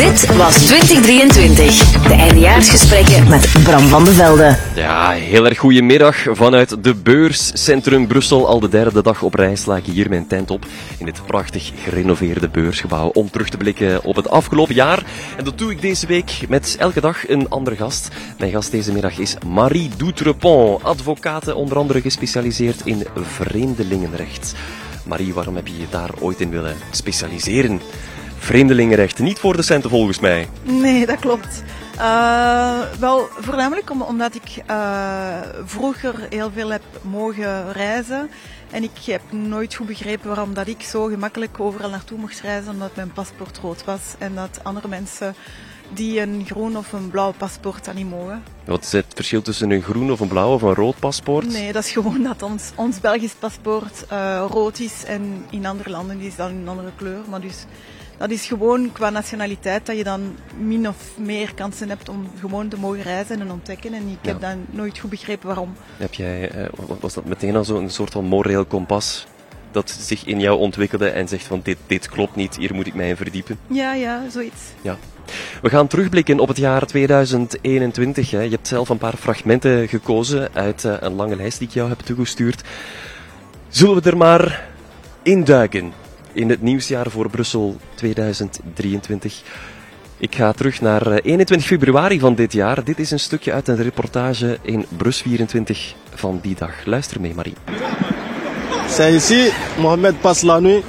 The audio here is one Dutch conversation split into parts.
Dit was 2023. De eindejaarsgesprekken met Bram van de Velde. Ja, heel erg goedemiddag vanuit de Beurscentrum Brussel. Al de derde dag op reis sla ik hier mijn tent op in dit prachtig gerenoveerde beursgebouw om terug te blikken op het afgelopen jaar. En dat doe ik deze week met elke dag een andere gast. Mijn gast deze middag is Marie Doutrepont, advocate onder andere gespecialiseerd in vreemdelingenrecht. Marie, waarom heb je je daar ooit in willen specialiseren? Vreemdelingenrecht, niet voor de centen volgens mij. Nee, dat klopt. Wel, voornamelijk omdat ik vroeger heel veel heb mogen reizen. En ik heb nooit goed begrepen waarom dat ik zo gemakkelijk overal naartoe mocht reizen, omdat mijn paspoort rood was. En dat andere mensen die een groen of een blauw paspoort dan niet mogen. Wat is het verschil tussen een groen of een blauw of een rood paspoort? Nee, dat is gewoon dat ons Belgisch paspoort rood is en in andere landen is dan een andere kleur. Maar dus dat is gewoon qua nationaliteit dat je dan min of meer kansen hebt om gewoon te mogen reizen en ontdekken. En ik heb dan nooit goed begrepen waarom. Heb jij, was dat meteen al zo'n soort van moreel kompas dat zich in jou ontwikkelde en zegt van dit klopt niet, hier moet ik mij in verdiepen? Ja, zoiets. Ja. We gaan terugblikken op het jaar 2021. Hè. Je hebt zelf een paar fragmenten gekozen uit een lange lijst die ik jou heb toegestuurd. Zullen we er maar induiken in het nieuwsjaar voor Brussel 2023? Ik ga terug naar 21 februari van dit jaar. Dit is een stukje uit een reportage in Brus 24 van die dag. Luister mee, Marie. C'est ici, Mohamed passe la nuit.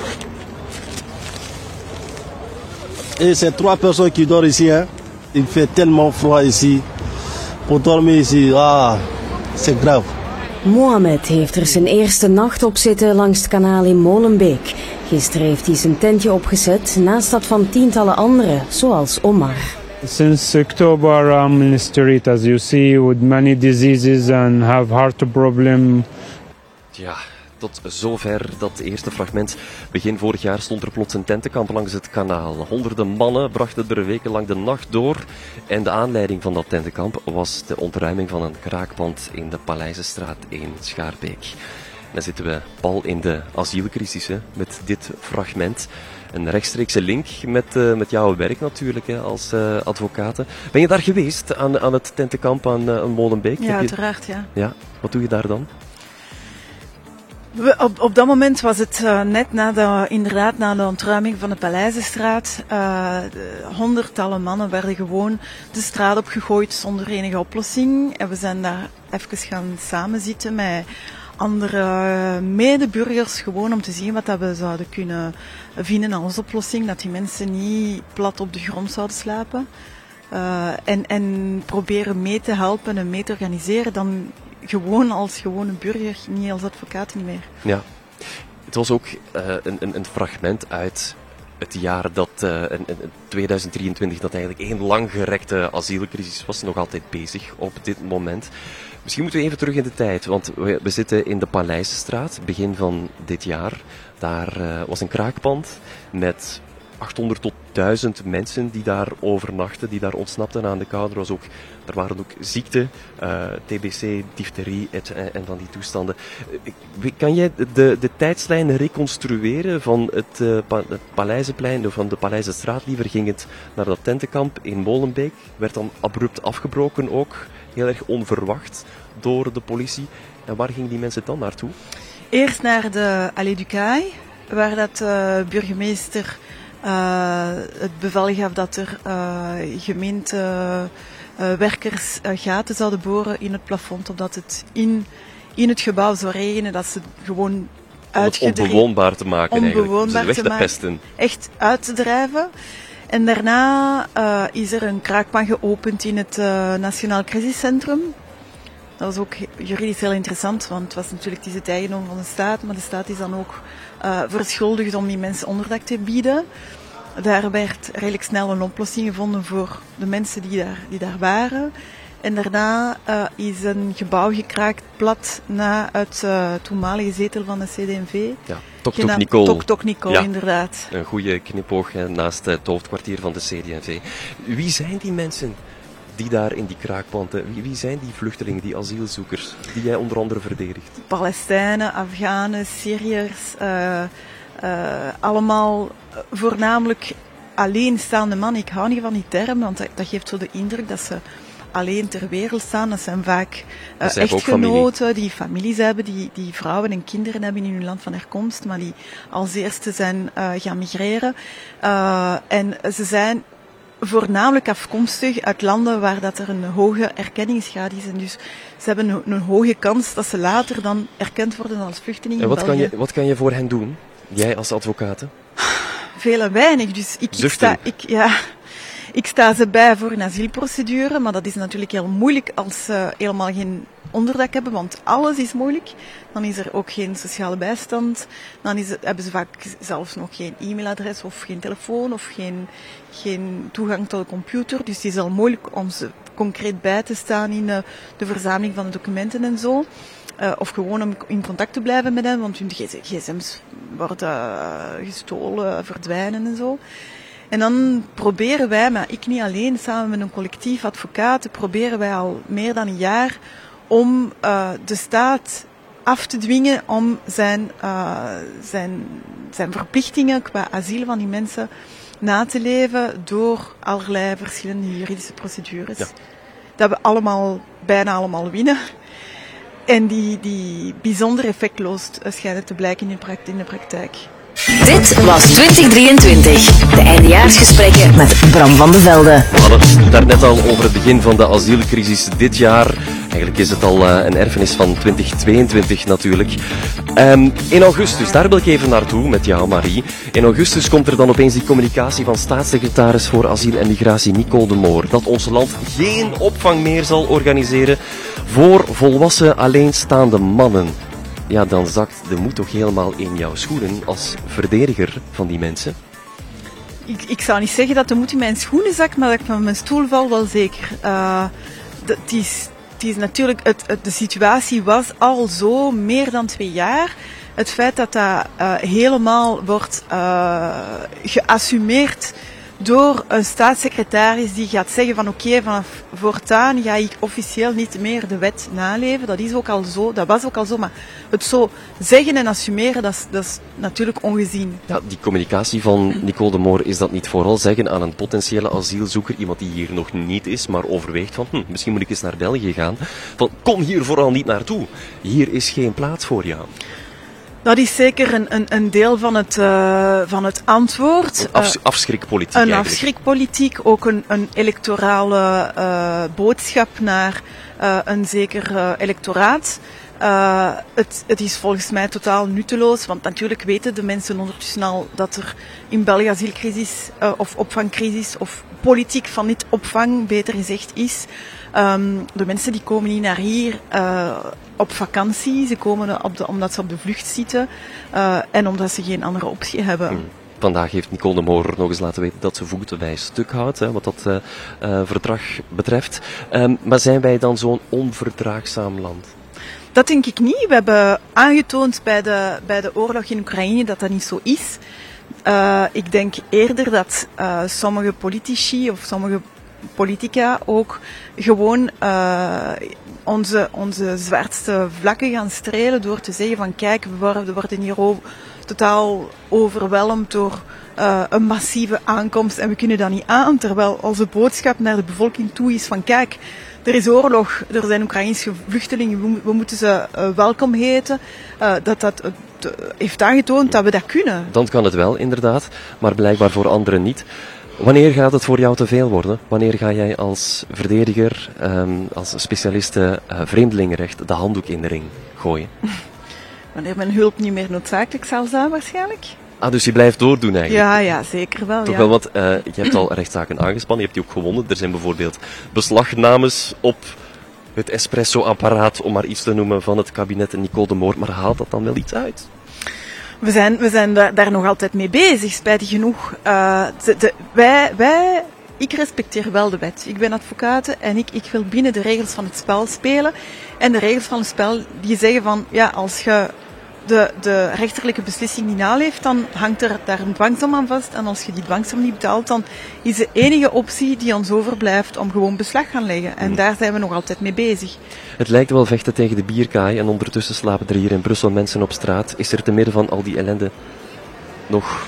Et c'est 3 personnes qui dorment ici. Hein. Il fait tellement froid ici. Pour dormir ici, c'est grave. Mohamed heeft er zijn eerste nacht op zitten langs het kanaal in Molenbeek. Gisteren heeft hij zijn tentje opgezet naast dat van tientallen anderen, zoals Omar. Since October, I'm in the street, as you see, with many diseases and have heart problem. Ja, tot zover dat eerste fragment. Begin vorig jaar stond er plots een tentenkamp langs het kanaal. Honderden mannen brachten er wekenlang de nacht door. En de aanleiding van dat tentenkamp was de ontruiming van een kraakpand in de Paleizenstraat 1 Schaarbeek. Dan zitten we pal in de asielcrisis met dit fragment. Een rechtstreekse link met jouw werk natuurlijk als advocate. Ben je daar geweest aan het tentenkamp aan Molenbeek? Ja, uiteraard, ja. Ja, wat doe je daar dan? Op dat moment was het net na de ontruiming van de Paleizenstraat. Hondertallen mannen werden gewoon de straat opgegooid zonder enige oplossing. En we zijn daar even gaan samenzitten met andere medeburgers, gewoon om te zien wat dat we zouden kunnen vinden als oplossing. Dat die mensen niet plat op de grond zouden slapen. En proberen mee te helpen en mee te organiseren dan gewoon als gewone burger, niet als advocaat niet meer. Ja, het was ook een fragment uit het jaar dat 2023 dat eigenlijk één langgerekte asielcrisis was, nog altijd bezig op dit moment. Misschien moeten we even terug in de tijd, want we zitten in de Paleizenstraat, begin van dit jaar. Daar was een kraakpand met 800 tot 1000 mensen die daar overnachten, die daar ontsnapten aan de kou. Er waren ook ziekten, TBC, difterie en van die toestanden. Kan jij de tijdslijn reconstrueren van het Paleizenplein, of van de Paleizenstraat liever? Ging het naar dat tentenkamp in Molenbeek, werd dan abrupt afgebroken ook, heel erg onverwacht door de politie. En waar gingen die mensen dan naartoe? Eerst naar de Allée du Cail, waar dat burgemeester het bevel gaf dat er gemeentewerkers gaten zouden boren in het plafond, opdat het in het gebouw zou regenen, dat ze gewoon uitgedreven... Om het onbewoonbaar te maken eigenlijk. Dus weg te pesten. Echt uit te drijven. En daarna is er een kraakpand geopend in het Nationaal Crisiscentrum. Dat was ook juridisch heel interessant, want het was natuurlijk het eigendom van de staat, maar de staat is dan ook verschuldigd om die mensen onderdak te bieden. Daar werd redelijk snel een oplossing gevonden voor de mensen die daar waren. En daarna is een gebouw gekraakt plat na het toenmalige zetel van de CD&V. Ja, Tok Nicole. Tok Nicole, ja, inderdaad. Een goede knipoog naast het hoofdkwartier van de CD&V. Wie zijn die mensen die daar in die kraakpanden, wie zijn die vluchtelingen, die asielzoekers, die jij onder andere verdedigt? Palestijnen, Afghanen, Syriërs, allemaal voornamelijk alleenstaande mannen. Ik hou niet van die term, want dat geeft zo de indruk dat ze alleen ter wereld staan. Dat zijn vaak echtgenoten die families hebben, die vrouwen en kinderen hebben in hun land van herkomst, maar die als eerste zijn gaan migreren. En ze zijn voornamelijk afkomstig uit landen waar dat er een hoge erkenningsgraad is. En dus ze hebben een hoge kans dat ze later dan erkend worden als vluchtelingen. En wat kan je voor hen doen? Jij als advocaat? Veel en weinig. Dus ik sta ze bij voor een asielprocedure, maar dat is natuurlijk heel moeilijk als ze helemaal geen onderdak hebben, want alles is moeilijk. Dan is er ook geen sociale bijstand. Dan hebben ze vaak zelfs nog geen e-mailadres of geen telefoon of geen toegang tot de computer. Dus het is al moeilijk om ze concreet bij te staan in de verzameling van de documenten en zo. Of gewoon om in contact te blijven met hen, want hun gsm's worden gestolen, verdwijnen en zo. En dan proberen wij, maar ik niet alleen, samen met een collectief advocaten, proberen wij al meer dan een jaar om de staat af te dwingen om zijn verplichtingen qua asiel van die mensen na te leven door allerlei verschillende juridische procedures. Ja. Dat we bijna allemaal winnen. En die bijzonder effectloos schijnen te blijken in de praktijk. Dit was 2023. De eindejaarsgesprekken met Bram van de Velde. We hadden het daarnet al over het begin van de asielcrisis dit jaar. Eigenlijk is het al een erfenis van 2022 natuurlijk. In augustus, daar wil ik even naartoe met jou, Marie. In augustus komt er dan opeens die communicatie van staatssecretaris voor asiel en migratie Nicole de Moor, dat ons land geen opvang meer zal organiseren voor volwassen alleenstaande mannen. Ja, dan zakt de moed toch helemaal in jouw schoenen als verdediger van die mensen? Ik zou niet zeggen dat de moed in mijn schoenen zakt, maar dat ik van mijn stoel val wel zeker. Het is natuurlijk, de situatie was al zo meer dan 2 jaar. Het feit dat dat helemaal wordt geassumeerd door een staatssecretaris die gaat zeggen van oké, vanaf voortaan ga ik officieel niet meer de wet naleven. Dat is ook al zo, dat was ook al zo, maar het zo zeggen en assumeren, dat is natuurlijk ongezien. Ja, die communicatie van Nicole de Moor, is dat niet vooral zeggen aan een potentiële asielzoeker, iemand die hier nog niet is, maar overweegt van misschien moet ik eens naar België gaan, van kom hier vooral niet naartoe, hier is geen plaats voor jou. Dat is zeker een deel van het antwoord. Afschrikpolitiek eigenlijk. Een afschrikpolitiek, ook een electorale boodschap naar een zeker electoraat. Het is volgens mij totaal nutteloos, want natuurlijk weten de mensen ondertussen al dat er in België asielcrisis of opvangcrisis of politiek van niet opvang, beter gezegd, is. De mensen die komen niet naar hier op vakantie, ze komen omdat ze op de vlucht zitten en omdat ze geen andere optie hebben. Vandaag heeft Nicole de Moor nog eens laten weten dat ze voeten bij stuk houdt, wat dat verdrag betreft. Maar zijn wij dan zo'n onverdraagzaam land? Dat denk ik niet. We hebben aangetoond bij de oorlog in Oekraïne dat dat niet zo is. Ik denk eerder dat sommige politici of sommige politica ook gewoon onze zwaarste vlakken gaan strelen door te zeggen van kijk, we worden hier totaal overweldigd door een massieve aankomst en we kunnen dat niet aan, terwijl onze boodschap naar de bevolking toe is van kijk, er is oorlog, er zijn Oekraïnse vluchtelingen, we moeten ze welkom heten. Dat heeft aangetoond dat we dat kunnen. Dan kan het wel, inderdaad, maar blijkbaar voor anderen niet. Wanneer gaat het voor jou te veel worden? Wanneer ga jij als verdediger, als specialiste vreemdelingenrecht de handdoek in de ring gooien? Wanneer mijn hulp niet meer noodzakelijk zal zijn, waarschijnlijk. Dus je blijft doordoen eigenlijk? Ja, zeker wel. Toch wel, want je hebt al rechtszaken aangespannen, je hebt die ook gewonnen. Er zijn bijvoorbeeld beslagnames op het espresso-apparaat, om maar iets te noemen, van het kabinet Nicole de Moor. Maar haalt dat dan wel iets uit? We zijn daar nog altijd mee bezig, spijtig genoeg. Ik respecteer wel de wet. Ik ben advocaat en ik wil binnen de regels van het spel spelen. En de regels van het spel die zeggen van, ja, als je de rechterlijke beslissing niet naleeft, dan hangt er daar een dwangsom aan vast. En als je die dwangsom niet betaalt, dan is de enige optie die ons overblijft om gewoon beslag gaan leggen. En daar zijn we nog altijd mee bezig. Het lijkt wel vechten tegen de bierkaai en ondertussen slapen er hier in Brussel mensen op straat. Is er te midden van al die ellende nog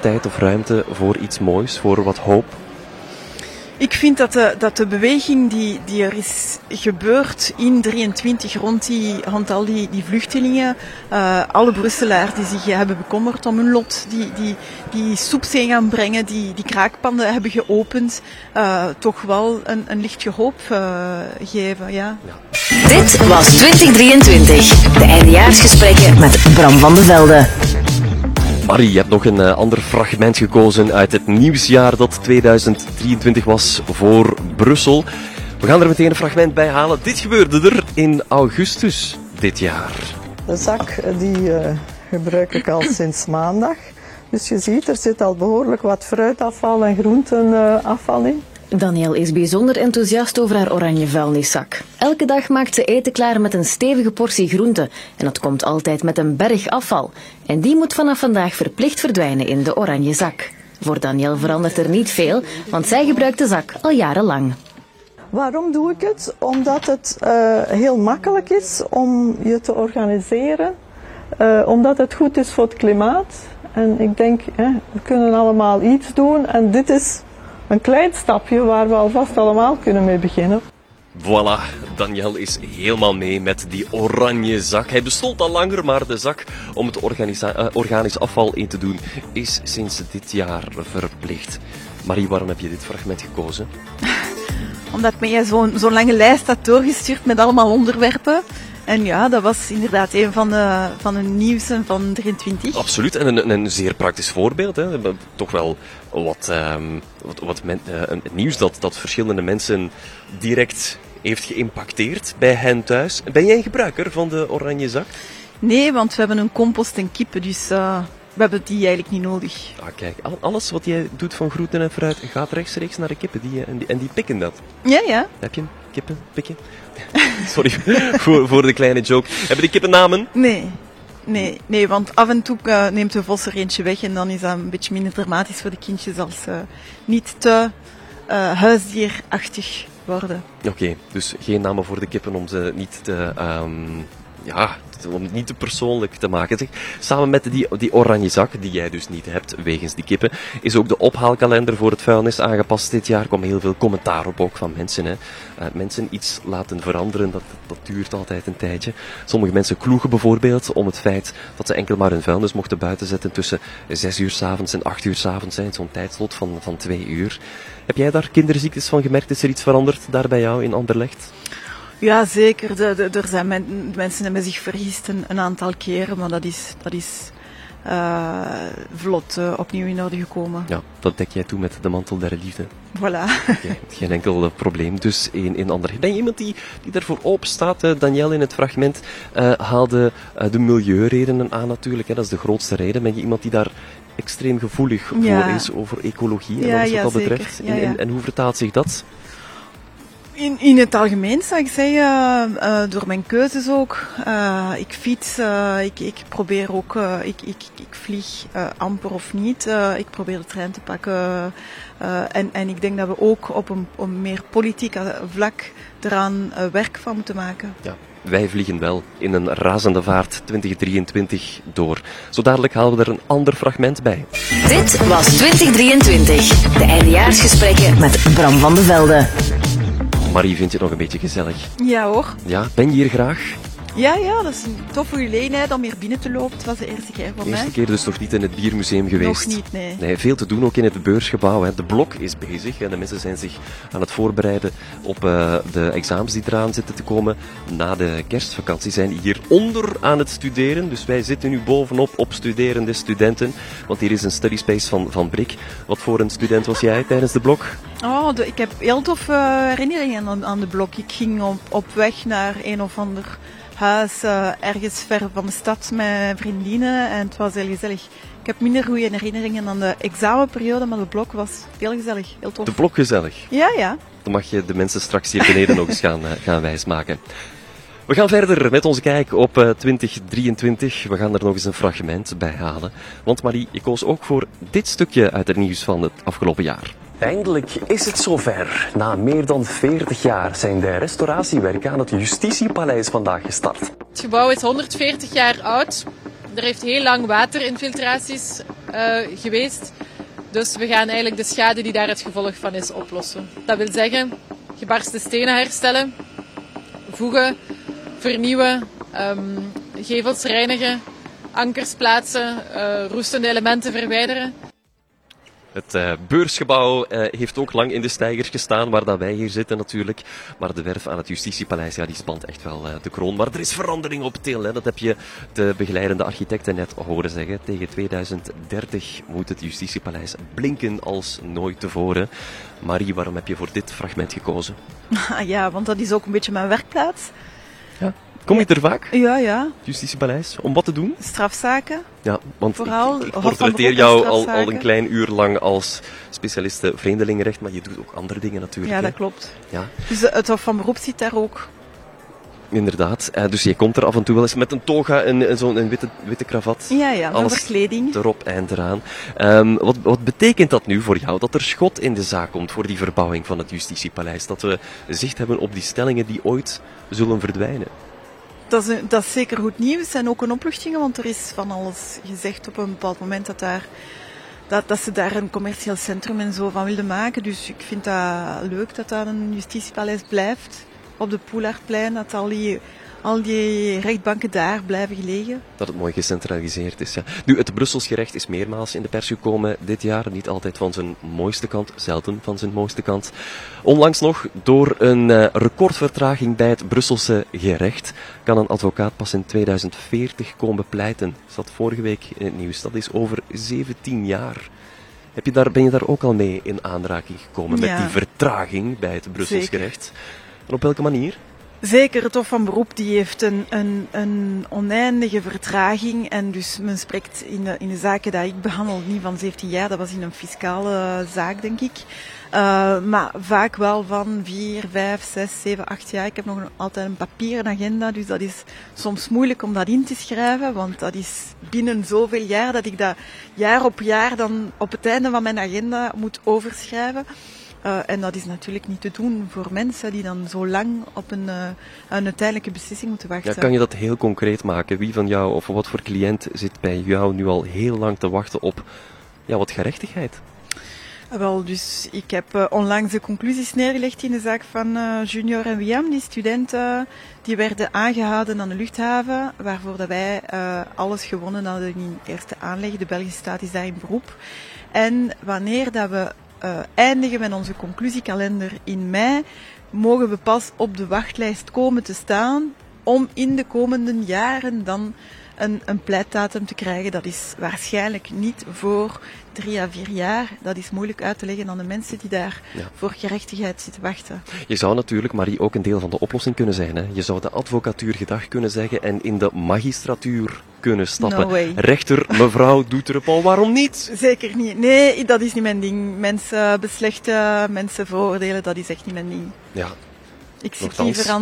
tijd of ruimte voor iets moois, voor wat hoop? Ik vind dat de beweging die er is gebeurd in 23 rond al die vluchtelingen, alle Brusselaars die zich hebben bekommerd om hun lot, die soep zijn gaan brengen, die kraakpanden hebben geopend, toch wel een lichtje hoop geven. Ja. Dit was 2023. De eindejaarsgesprekken met Bram van de Velde. Marie, je hebt nog een ander fragment gekozen uit het nieuwsjaar dat 2023 was voor Brussel. We gaan er meteen een fragment bij halen. Dit gebeurde er in augustus dit jaar. De zak die gebruik ik al sinds maandag. Dus je ziet, er zit al behoorlijk wat fruitafval en groentenafval in. Danielle is bijzonder enthousiast over haar oranje vuilniszak. Elke dag maakt ze eten klaar met een stevige portie groente. En dat komt altijd met een berg afval. En die moet vanaf vandaag verplicht verdwijnen in de oranje zak. Voor Danielle verandert er niet veel, want zij gebruikt de zak al jarenlang. Waarom doe ik het? Omdat het heel makkelijk is om je te organiseren. Omdat het goed is voor het klimaat. En ik denk, we kunnen allemaal iets doen. En dit is een klein stapje waar we alvast allemaal kunnen mee beginnen. Voilà, Danielle is helemaal mee met die oranje zak. Hij bestond al langer, maar de zak om het organisch afval in te doen is sinds dit jaar verplicht. Marie, waarom heb je dit fragment gekozen? Omdat mij zo'n lange lijst had doorgestuurd met allemaal onderwerpen. En ja, dat was inderdaad een van de nieuwsen van 23. Absoluut, en een zeer praktisch voorbeeld. Hè. Toch wel het nieuws dat verschillende mensen direct heeft geïmpacteerd bij hen thuis. Ben jij een gebruiker van de oranje zak? Nee, want we hebben een compost en kippen, dus we hebben die eigenlijk niet nodig. Ah, kijk, alles wat jij doet van groenten en fruit gaat rechtstreeks naar de kippen en die pikken dat. Ja. Heb je een kippen pikken? Sorry voor de kleine joke. Hebben die kippen namen? Nee, want af en toe neemt de vos er eentje weg en dan is dat een beetje minder dramatisch voor de kindjes als niet te huisdierachtig worden. Oké, dus geen namen voor de kippen om ze niet te... om het niet te persoonlijk te maken. Zeg, samen met die oranje zak, die jij dus niet hebt, wegens die kippen, is ook de ophaalkalender voor het vuilnis aangepast dit jaar. Er kwam heel veel commentaar op, ook van mensen. Hè. Mensen iets laten veranderen, dat duurt altijd een tijdje. Sommige mensen kloegen bijvoorbeeld om het feit dat ze enkel maar hun vuilnis mochten buiten zetten tussen 6 uur 's avonds en 8 uur 's avonds, zo'n tijdslot van 2 uur. Heb jij daar kinderziektes van gemerkt? Is er iets veranderd daar bij jou in Anderlecht? Ja, zeker. Er zijn mensen hebben zich vergist een aantal keren, maar dat is vlot opnieuw in orde gekomen. Ja, dat dek jij toe met de mantel der liefde. Voilà. Okay, geen enkel probleem dus in Anderlecht. Ben je iemand die daarvoor open staat? Danielle in het fragment haalde de milieuredenen aan natuurlijk. Hè, dat is de grootste reden. Ben je iemand die daar extreem gevoelig voor is over ecologie en alles wat dat betreft? Ja. En hoe vertaalt zich dat? In het algemeen zou ik zeggen, door mijn keuzes ook. Ik fiets, ik probeer ook, ik vlieg amper of niet. Ik probeer de trein te pakken. En ik denk dat we ook op een meer politiek vlak eraan werk van moeten maken. Ja. Wij vliegen wel in een razende vaart 2023 door. Zo dadelijk halen we er een ander fragment bij. Dit was 2023. De eindejaarsgesprekken met Bram van de Velde. Marie, vind je het nog een beetje gezellig? Ja hoor. Ja, ben je hier graag? Ja, dat is een toffe gelegenheid om hier binnen te lopen. Het was de eerste keer voor mij. Eerste keer dus toch niet in het Biermuseum geweest? Nog niet, nee. Nee, veel te doen ook in het beursgebouw. Hè. De blok is bezig en de mensen zijn zich aan het voorbereiden op de examens die eraan zitten te komen. Na de kerstvakantie zijn hieronder aan het studeren. Dus wij zitten nu bovenop op studerende studenten. Want hier is een study space van Brik. Wat voor een student was jij tijdens de blok? Ik heb heel toffe herinneringen aan de blok. Ik ging op weg naar een of ander huis ergens ver van de stad met vriendinnen en het was heel gezellig. Ik heb minder goede herinneringen aan de examenperiode, maar de blok was heel gezellig, heel tof. De blok gezellig? Ja. Dan mag je de mensen straks hier beneden nog eens gaan wijsmaken. We gaan verder met onze kijk op 2023. We gaan er nog eens een fragment bij halen. Want Marie, je koos ook voor dit stukje uit het nieuws van het afgelopen jaar. Eindelijk is het zover. Na meer dan 40 jaar zijn de restauratiewerken aan het Justitiepaleis vandaag gestart. Het gebouw is 140 jaar oud. Er heeft heel lang waterinfiltraties geweest. Dus we gaan eigenlijk de schade die daar het gevolg van is oplossen. Dat wil zeggen, gebarsten stenen herstellen, voegen, vernieuwen, gevels reinigen, ankers plaatsen, roestende elementen verwijderen. Het beursgebouw heeft ook lang in de steigers gestaan, waar dat wij hier zitten natuurlijk. Maar de werf aan het Justitiepaleis, ja, die spant echt wel de kroon. Maar er is verandering op til, hè. Dat heb je de begeleidende architecten net horen zeggen. Tegen 2030 moet het Justitiepaleis blinken als nooit tevoren. Marie, waarom heb je voor dit fragment gekozen? Ja, want dat is ook een beetje mijn werkplaats. Ja. Kom je er vaak? Ja. Het Justitiepaleis. Om wat te doen? Strafzaken. Ja, want vooral, ik portretteer jou al een klein uur lang als specialiste vreemdelingenrecht, maar je doet ook andere dingen natuurlijk. Ja, dat klopt. Ja. Dus het Hof van Beroep zit daar ook. Inderdaad. Dus je komt er af en toe wel eens met een toga en zo'n witte kravat. Ja, alles verkleding. Erop en eraan. Wat betekent dat nu voor jou, dat er schot in de zaak komt voor die verbouwing van het Justitiepaleis? Dat we zicht hebben op die stellingen die ooit zullen verdwijnen? Dat is zeker goed nieuws en ook een opluchting, want er is van alles gezegd op een bepaald moment dat ze daar een commercieel centrum en zo van wilden maken. Dus ik vind dat leuk dat dat een Justitiepaleis blijft op de Poelaardplein, dat al die rechtbanken daar blijven gelegen. Dat het mooi gecentraliseerd is, ja. Nu, het Brussels gerecht is meermaals in de pers gekomen dit jaar. Niet altijd van zijn mooiste kant, zelden van zijn mooiste kant. Onlangs nog, door een recordvertraging bij het Brusselse gerecht, kan een advocaat pas in 2040 komen pleiten. Dat zat vorige week in het nieuws. Dat is over 17 jaar. Ben je daar ook al mee in aanraking gekomen met die vertraging bij het Brussels gerecht? En op welke manier? Zeker, het Hof van Beroep die heeft een oneindige vertraging en dus men spreekt in de zaken die ik behandel niet van 17 jaar, dat was in een fiscale zaak denk ik. Maar vaak wel van 4, 5, 6, 7, 8 jaar. Ik heb nog altijd een papieren agenda, dus dat is soms moeilijk om dat in te schrijven, want dat is binnen zoveel jaar dat ik dat jaar op jaar dan op het einde van mijn agenda moet overschrijven. En dat is natuurlijk niet te doen voor mensen die dan zo lang op een uiteindelijke beslissing moeten wachten. Ja, kan je dat heel concreet maken? Wie van jou of wat voor cliënt zit bij jou nu al heel lang te wachten op wat gerechtigheid? Wel, dus ik heb onlangs de conclusies neergelegd in de zaak van Junior en Wiam, die studenten die werden aangehouden aan de luchthaven, waarvoor dat wij alles gewonnen hadden in eerste aanleg. De Belgische staat is daar in beroep. En wanneer dat we eindigen met onze conclusiekalender in mei, mogen we pas op de wachtlijst komen te staan om in de komende jaren dan een pleitdatum te krijgen. Dat is waarschijnlijk niet voor 3 à 4 jaar. Dat is moeilijk uit te leggen aan de mensen die daar voor gerechtigheid zitten wachten. Je zou natuurlijk, Marie, ook een deel van de oplossing kunnen zijn. Hè? Je zou de advocatuur gedag kunnen zeggen en in de magistratuur kunnen stappen. No way. Rechter, mevrouw Doeterepol, waarom niet? Zeker niet. Nee, dat is niet mijn ding. Mensen beslechten, mensen veroordelen, dat is echt niet mijn ding. Ja. Ik zit liever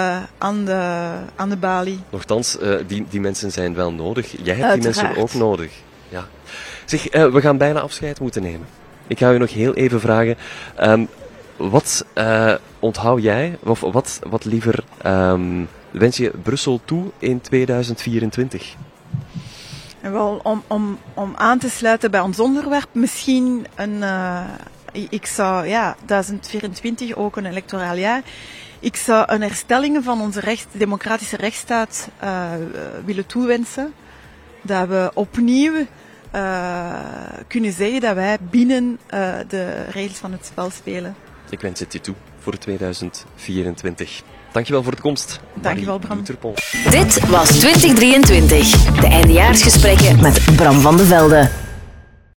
aan de balie. Nochtans, die mensen zijn wel nodig. Jij hebt die mensen ook nodig. Ja. Zeg, we gaan bijna afscheid moeten nemen. Ik ga u nog heel even vragen. Wat onthoud jij, of wat liever wens je Brussel toe in 2024? Wel, om aan te sluiten bij ons onderwerp, misschien ik zou, 2024 ook een electoraal jaar. Ik zou een herstelling van onze democratische rechtsstaat willen toewensen. Dat we opnieuw kunnen zeggen dat wij binnen de regels van het spel spelen. Ik wens het je toe voor 2024. Dankjewel voor de komst. Dankjewel, Bram. Dit was 2023. De eindejaarsgesprekken met Bram van de Velde.